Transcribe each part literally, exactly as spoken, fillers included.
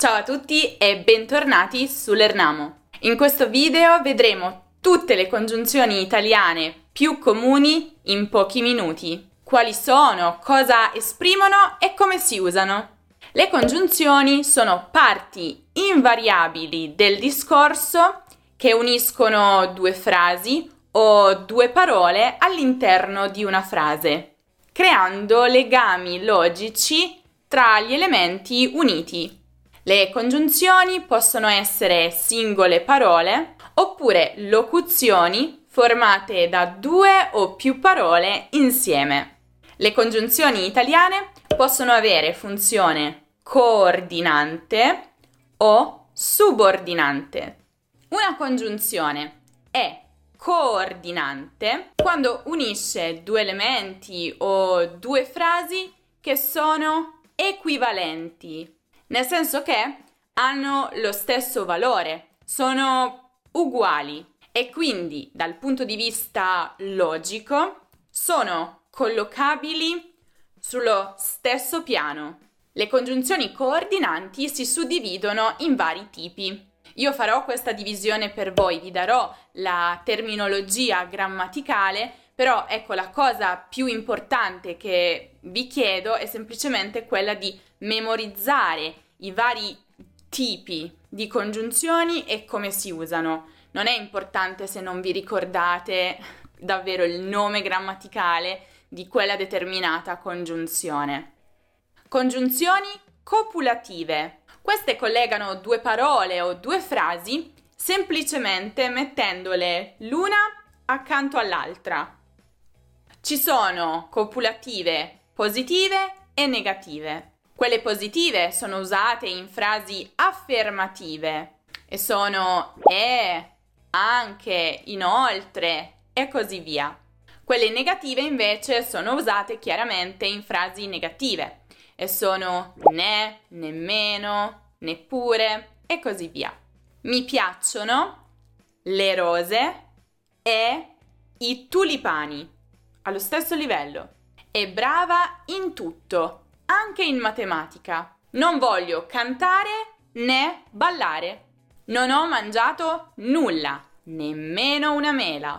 Ciao a tutti e bentornati su Lernamo. In questo video vedremo tutte le congiunzioni italiane più comuni in pochi minuti. Quali sono, cosa esprimono e come si usano. Le congiunzioni sono parti invariabili del discorso che uniscono due frasi o due parole all'interno di una frase, creando legami logici tra gli elementi uniti. Le congiunzioni possono essere singole parole oppure locuzioni formate da due o più parole insieme. Le congiunzioni italiane possono avere funzione coordinante o subordinante. Una congiunzione è coordinante quando unisce due elementi o due frasi che sono equivalenti. Nel senso che hanno lo stesso valore, sono uguali e quindi dal punto di vista logico sono collocabili sullo stesso piano. Le congiunzioni coordinanti si suddividono in vari tipi. Io farò questa divisione per voi, vi darò la terminologia grammaticale, però ecco la cosa più importante che vi chiedo è semplicemente quella di memorizzare i vari tipi di congiunzioni e come si usano. Non è importante se non vi ricordate davvero il nome grammaticale di quella determinata congiunzione. Congiunzioni copulative. Queste collegano due parole o due frasi semplicemente mettendole l'una accanto all'altra. Ci sono copulative positive e negative. Quelle positive sono usate in frasi affermative e sono e, anche, inoltre e così via. Quelle negative invece sono usate chiaramente in frasi negative e sono né, nemmeno, neppure e così via. Mi piacciono le rose e i tulipani. Allo stesso livello. È brava in tutto, anche in matematica. Non voglio cantare né ballare. Non ho mangiato nulla, nemmeno una mela.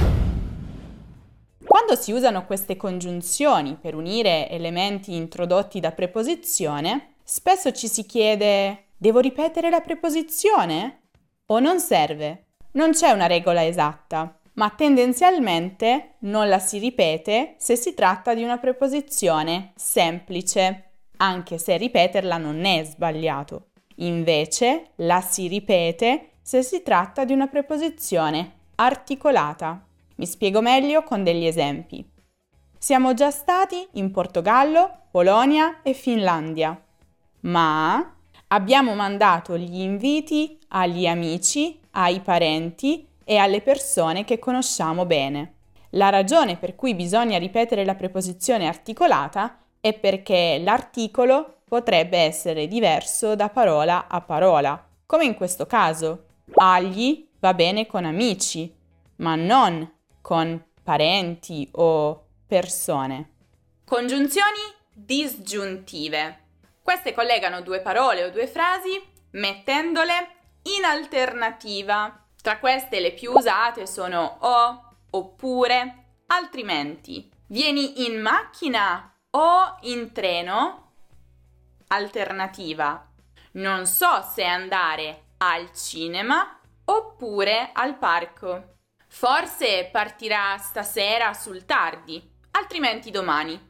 Quando si usano queste congiunzioni per unire elementi introdotti da preposizione, spesso ci si chiede: devo ripetere la preposizione? O non serve? Non c'è una regola esatta, ma tendenzialmente non la si ripete se si tratta di una preposizione semplice, anche se ripeterla non è sbagliato. Invece la si ripete se si tratta di una preposizione articolata. Mi spiego meglio con degli esempi. Siamo già stati in Portogallo, Polonia e Finlandia, ma abbiamo mandato gli inviti agli amici, ai parenti e alle persone che conosciamo bene. La ragione per cui bisogna ripetere la preposizione articolata è perché l'articolo potrebbe essere diverso da parola a parola, come in questo caso. Agli va bene con amici, ma non con parenti o persone. Congiunzioni disgiuntive. Queste collegano due parole o due frasi mettendole in alternativa. Tra queste le più usate sono o, oppure, altrimenti. Vieni in macchina o in treno? Alternativa. Non so se andare al cinema oppure al parco. Forse partirà stasera sul tardi, altrimenti domani.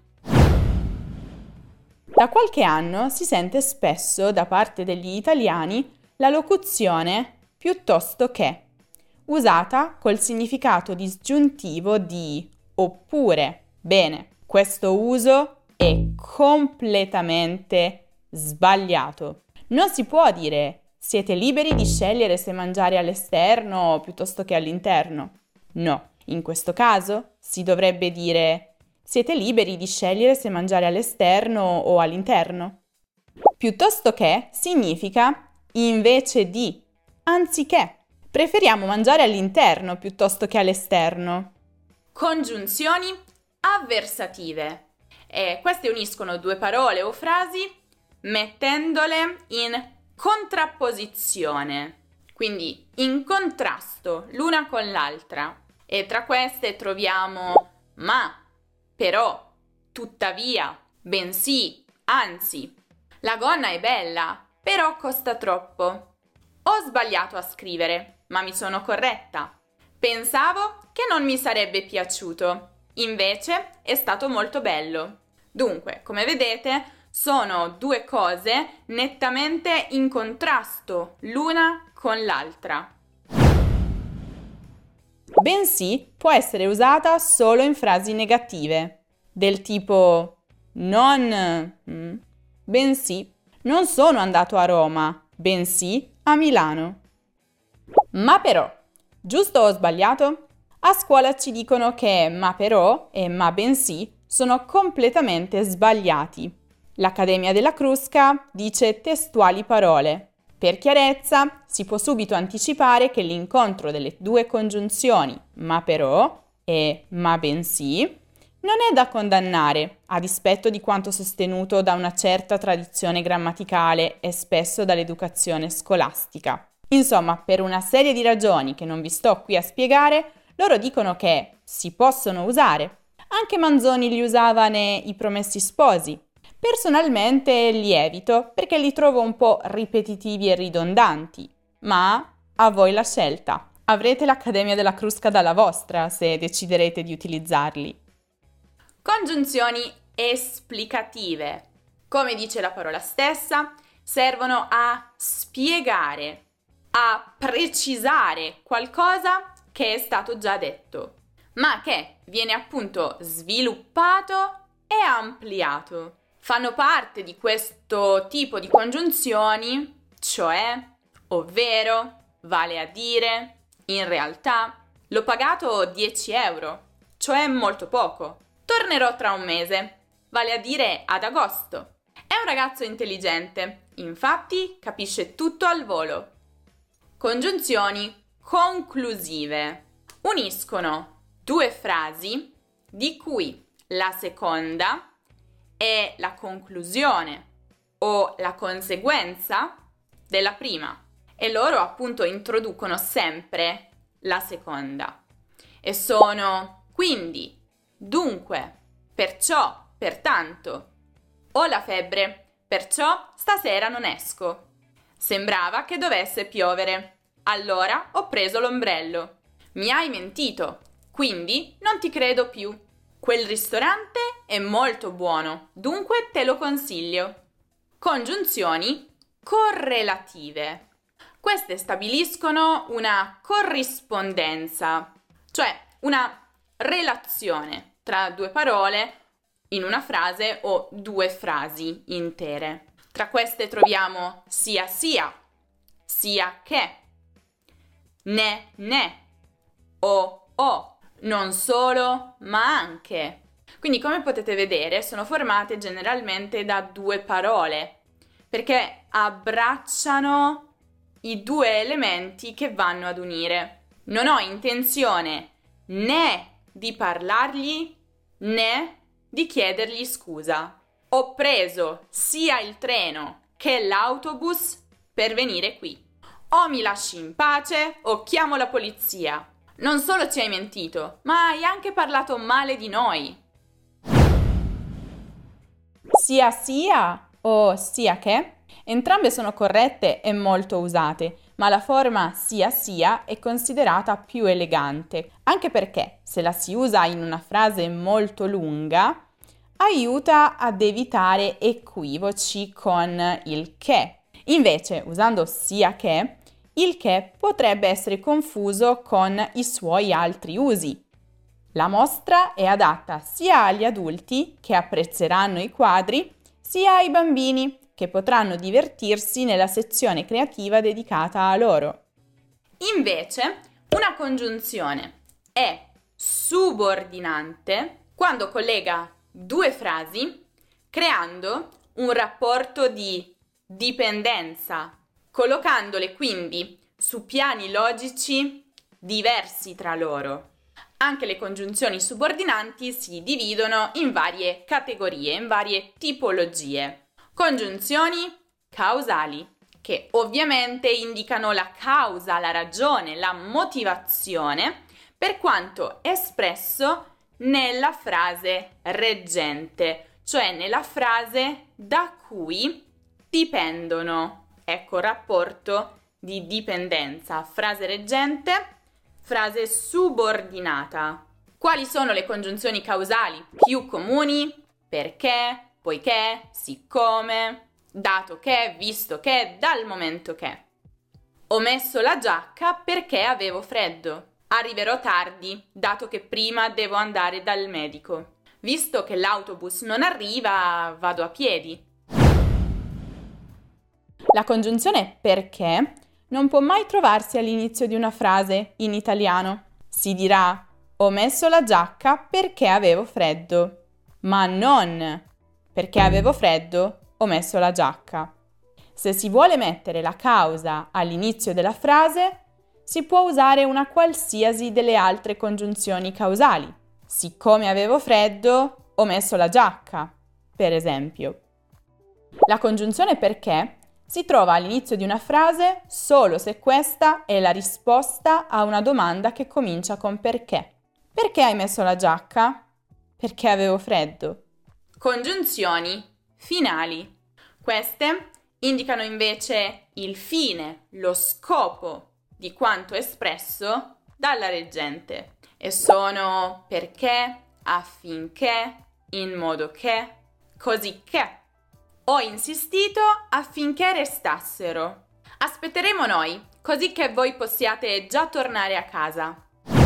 Da qualche anno si sente spesso da parte degli italiani la locuzione piuttosto che, usata col significato disgiuntivo di oppure. Bene, questo uso è completamente sbagliato. Non si può dire siete liberi di scegliere se mangiare all'esterno piuttosto che all'interno. No, in questo caso si dovrebbe dire siete liberi di scegliere se mangiare all'esterno o all'interno. Piuttosto che significa invece di, anziché. Preferiamo mangiare all'interno piuttosto che all'esterno. Congiunzioni avversative. E queste uniscono due parole o frasi mettendole in contrapposizione, quindi in contrasto l'una con l'altra. E tra queste troviamo ma, però, tuttavia, bensì, anzi. La gonna è bella, però costa troppo. Ho sbagliato a scrivere, ma mi sono corretta. Pensavo che non mi sarebbe piaciuto, invece è stato molto bello. Dunque, come vedete, sono due cose nettamente in contrasto l'una con l'altra. Bensì può essere usata solo in frasi negative, del tipo non, mm, bensì, non sono andato a Roma, bensì a Milano. Ma però, giusto o sbagliato? A scuola ci dicono che ma però e ma bensì sono completamente sbagliati. L'Accademia della Crusca dice testuali parole. Per chiarezza, si può subito anticipare che l'incontro delle due congiunzioni ma però e ma bensì non è da condannare, a dispetto di quanto sostenuto da una certa tradizione grammaticale e spesso dall'educazione scolastica. Insomma, per una serie di ragioni che non vi sto qui a spiegare, loro dicono che si possono usare. Anche Manzoni li usava nei Promessi Sposi. Personalmente li evito perché li trovo un po' ripetitivi e ridondanti, ma a voi la scelta. Avrete l'Accademia della Crusca dalla vostra se deciderete di utilizzarli. Congiunzioni esplicative. Come dice la parola stessa, servono a spiegare, a precisare qualcosa che è stato già detto, ma che viene appunto sviluppato e ampliato. Fanno parte di questo tipo di congiunzioni, cioè, ovvero, vale a dire, in realtà, l'ho pagato dieci euro, cioè molto poco. Tornerò tra un mese, vale a dire ad agosto. È un ragazzo intelligente, infatti capisce tutto al volo. Congiunzioni conclusive. Uniscono due frasi di cui la seconda è la conclusione o la conseguenza della prima e loro appunto introducono sempre la seconda e sono quindi, dunque, perciò, pertanto. Ho la febbre, perciò stasera non esco. Sembrava che dovesse piovere, allora ho preso l'ombrello. Mi hai mentito, quindi non ti credo più. Quel ristorante è molto buono, dunque te lo consiglio. Congiunzioni correlative. Queste stabiliscono una corrispondenza, cioè una relazione tra due parole in una frase o due frasi intere. Tra queste troviamo sia sia, sia che, ne ne, o o. Non solo, ma anche. Quindi, come potete vedere, sono formate generalmente da due parole, perché abbracciano i due elementi che vanno ad unire. Non ho intenzione né di parlargli né di chiedergli scusa. Ho preso sia il treno che l'autobus per venire qui. O mi lasci in pace o chiamo la polizia. Non solo ci hai mentito, ma hai anche parlato male di noi. Sia sia o sia che, entrambe sono corrette e molto usate, ma la forma sia sia è considerata più elegante, anche perché se la si usa in una frase molto lunga, aiuta ad evitare equivoci con il che. Invece, usando sia che, il che potrebbe essere confuso con i suoi altri usi. La mostra è adatta sia agli adulti, che apprezzeranno i quadri, sia ai bambini, che potranno divertirsi nella sezione creativa dedicata a loro. Invece, una congiunzione è subordinante quando collega due frasi, creando un rapporto di dipendenza, collocandole quindi su piani logici diversi tra loro. Anche le congiunzioni subordinanti si dividono in varie categorie, in varie tipologie. Congiunzioni causali, che ovviamente indicano la causa, la ragione, la motivazione per quanto espresso nella frase reggente, cioè nella frase da cui dipendono. Ecco, rapporto di dipendenza. Frase reggente, frase subordinata. Quali sono le congiunzioni causali più comuni? Perché, poiché, siccome, dato che, visto che, dal momento che. Ho messo la giacca perché avevo freddo. Arriverò tardi, dato che prima devo andare dal medico. Visto che l'autobus non arriva, vado a piedi. La congiunzione perché non può mai trovarsi all'inizio di una frase in italiano. Si dirà ho messo la giacca perché avevo freddo, ma non perché avevo freddo ho messo la giacca. Se si vuole mettere la causa all'inizio della frase, si può usare una qualsiasi delle altre congiunzioni causali. Siccome avevo freddo, ho messo la giacca, per esempio. La congiunzione perché si trova all'inizio di una frase solo se questa è la risposta a una domanda che comincia con perché. Perché hai messo la giacca? Perché avevo freddo. Congiunzioni finali. Queste indicano invece il fine, lo scopo di quanto espresso dalla reggente e sono perché, affinché, in modo che, così che. Ho insistito affinché restassero. Aspetteremo noi, così che voi possiate già tornare a casa.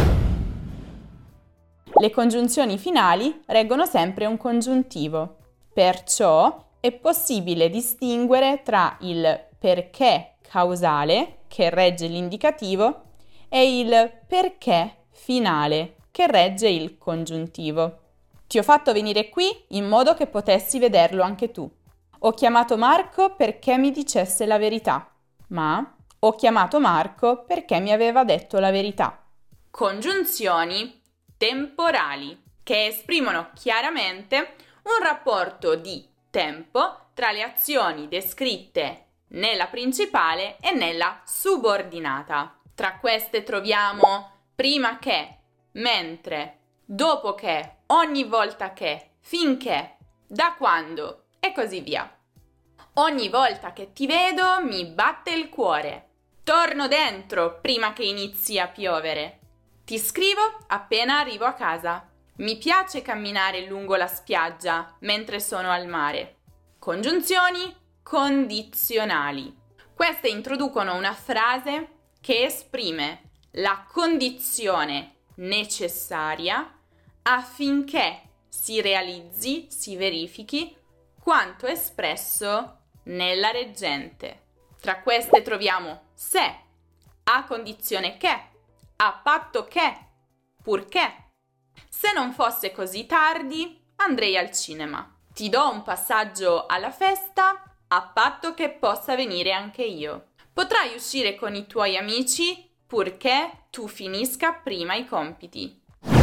Le congiunzioni finali reggono sempre un congiuntivo, perciò è possibile distinguere tra il perché causale, che regge l'indicativo, e il perché finale, che regge il congiuntivo. Ti ho fatto venire qui in modo che potessi vederlo anche tu. Ho chiamato Marco perché mi dicesse la verità, ma ho chiamato Marco perché mi aveva detto la verità. Congiunzioni temporali, che esprimono chiaramente un rapporto di tempo tra le azioni descritte nella principale e nella subordinata. Tra queste troviamo prima che, mentre, dopo che, ogni volta che, finché, da quando e così via. Ogni volta che ti vedo mi batte il cuore. Torno dentro prima che inizi a piovere. Ti scrivo appena arrivo a casa. Mi piace camminare lungo la spiaggia mentre sono al mare. Congiunzioni condizionali. Queste introducono una frase che esprime la condizione necessaria affinché si realizzi, si verifichi quanto espresso nella reggente. Tra queste troviamo se, a condizione che, a patto che, purché. Se non fosse così tardi, andrei al cinema. Ti do un passaggio alla festa, a patto che possa venire anche io. Potrai uscire con i tuoi amici, purché tu finisca prima i compiti.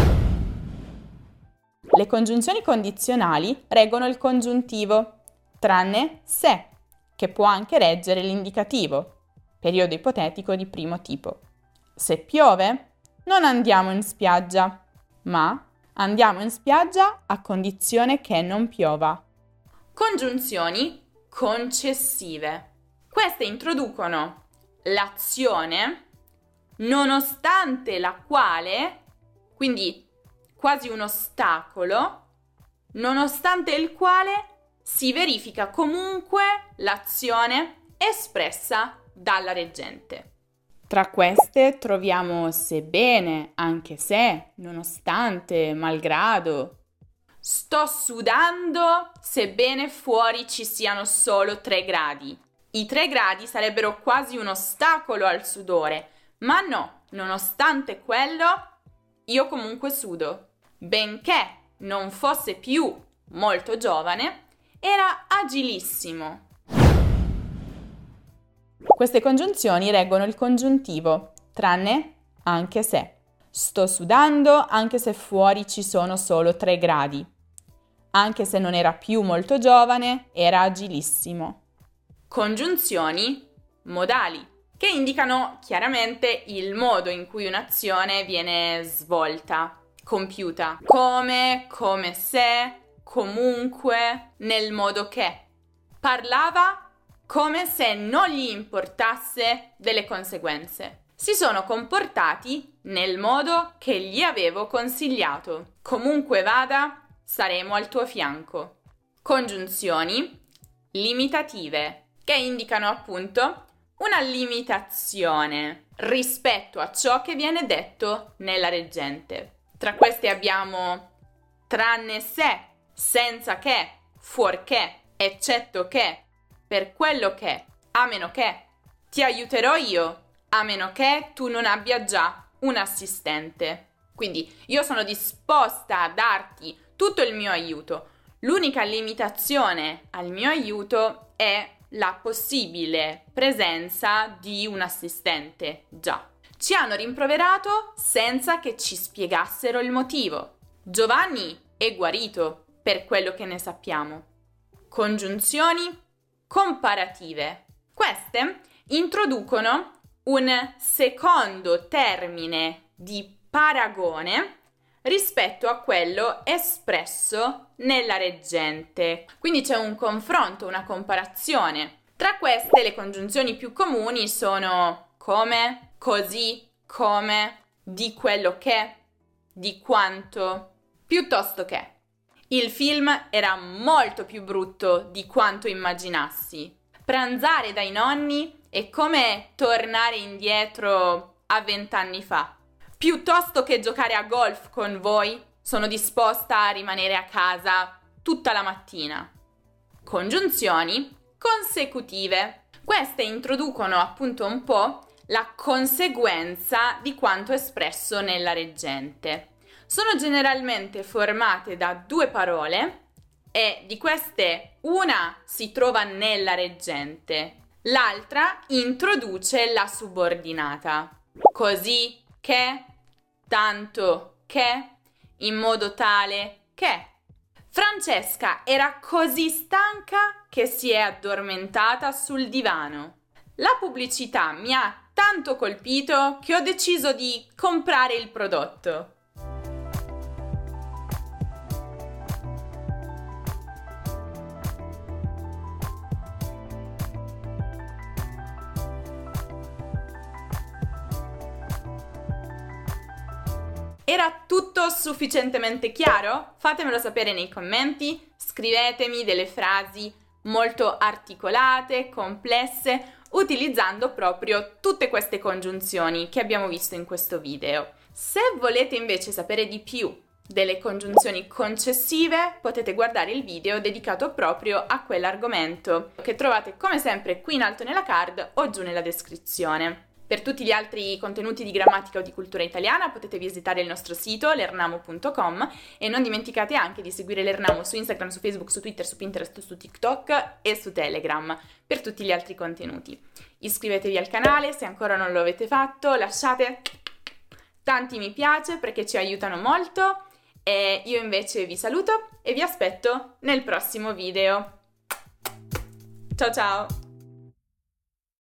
Le congiunzioni condizionali reggono il congiuntivo, tranne se, che può anche reggere l'indicativo, periodo ipotetico di primo tipo. Se piove, non andiamo in spiaggia, ma andiamo in spiaggia a condizione che non piova. Congiunzioni concessive. Queste introducono l'azione nonostante la quale, quindi quasi un ostacolo, nonostante il quale si verifica comunque l'azione espressa dalla reggente. Tra queste troviamo sebbene, anche se, nonostante, malgrado. Sto sudando sebbene fuori ci siano solo tre gradi. I tre gradi sarebbero quasi un ostacolo al sudore, ma no, nonostante quello, io comunque sudo. Benché non fosse più molto giovane, era agilissimo. Queste congiunzioni reggono il congiuntivo, tranne anche se. Sto sudando anche se fuori ci sono solo tre gradi. Anche se non era più molto giovane, era agilissimo. Congiunzioni modali, che indicano chiaramente il modo in cui un'azione viene svolta, compiuta, come, come se, comunque, nel modo che. Parlava come se non gli importasse delle conseguenze. Si sono comportati nel modo che gli avevo consigliato. Comunque vada, saremo al tuo fianco. Congiunzioni limitative, che indicano appunto una limitazione rispetto a ciò che viene detto nella reggente. Tra queste abbiamo tranne se, senza che, fuorché, eccetto che, per quello che, a meno che, ti aiuterò io, a meno che tu non abbia già un assistente. Quindi io sono disposta a darti tutto il mio aiuto. L'unica limitazione al mio aiuto è la possibile presenza di un assistente già. Ci hanno rimproverato senza che ci spiegassero il motivo. Giovanni è guarito, per quello che ne sappiamo. Congiunzioni comparative. Queste introducono un secondo termine di paragone rispetto a quello espresso nella reggente. Quindi c'è un confronto, una comparazione. Tra queste le congiunzioni più comuni sono come, così, come, di quello che, di quanto, piuttosto che. Il film era molto più brutto di quanto immaginassi. Pranzare dai nonni è come tornare indietro a vent'anni fa. Piuttosto che giocare a golf con voi, sono disposta a rimanere a casa tutta la mattina. Congiunzioni consecutive. Queste introducono appunto un po' la conseguenza di quanto espresso nella reggente. Sono generalmente formate da due parole e di queste una si trova nella reggente, l'altra introduce la subordinata. Così che, tanto che, in modo tale che. Francesca era così stanca che si è addormentata sul divano. La pubblicità mi ha tanto colpito che ho deciso di comprare il prodotto. Era tutto sufficientemente chiaro? Fatemelo sapere nei commenti, scrivetemi delle frasi molto articolate, complesse, utilizzando proprio tutte queste congiunzioni che abbiamo visto in questo video. Se volete invece sapere di più delle congiunzioni concessive, potete guardare il video dedicato proprio a quell'argomento, che trovate come sempre qui in alto nella card o giù nella descrizione. Per tutti gli altri contenuti di grammatica o di cultura italiana potete visitare il nostro sito lernamo punto com e non dimenticate anche di seguire Lernamo su Instagram, su Facebook, su Twitter, su Pinterest, su TikTok e su Telegram per tutti gli altri contenuti. Iscrivetevi al canale se ancora non lo avete fatto, lasciate tanti mi piace perché ci aiutano molto e io invece vi saluto e vi aspetto nel prossimo video. Ciao ciao!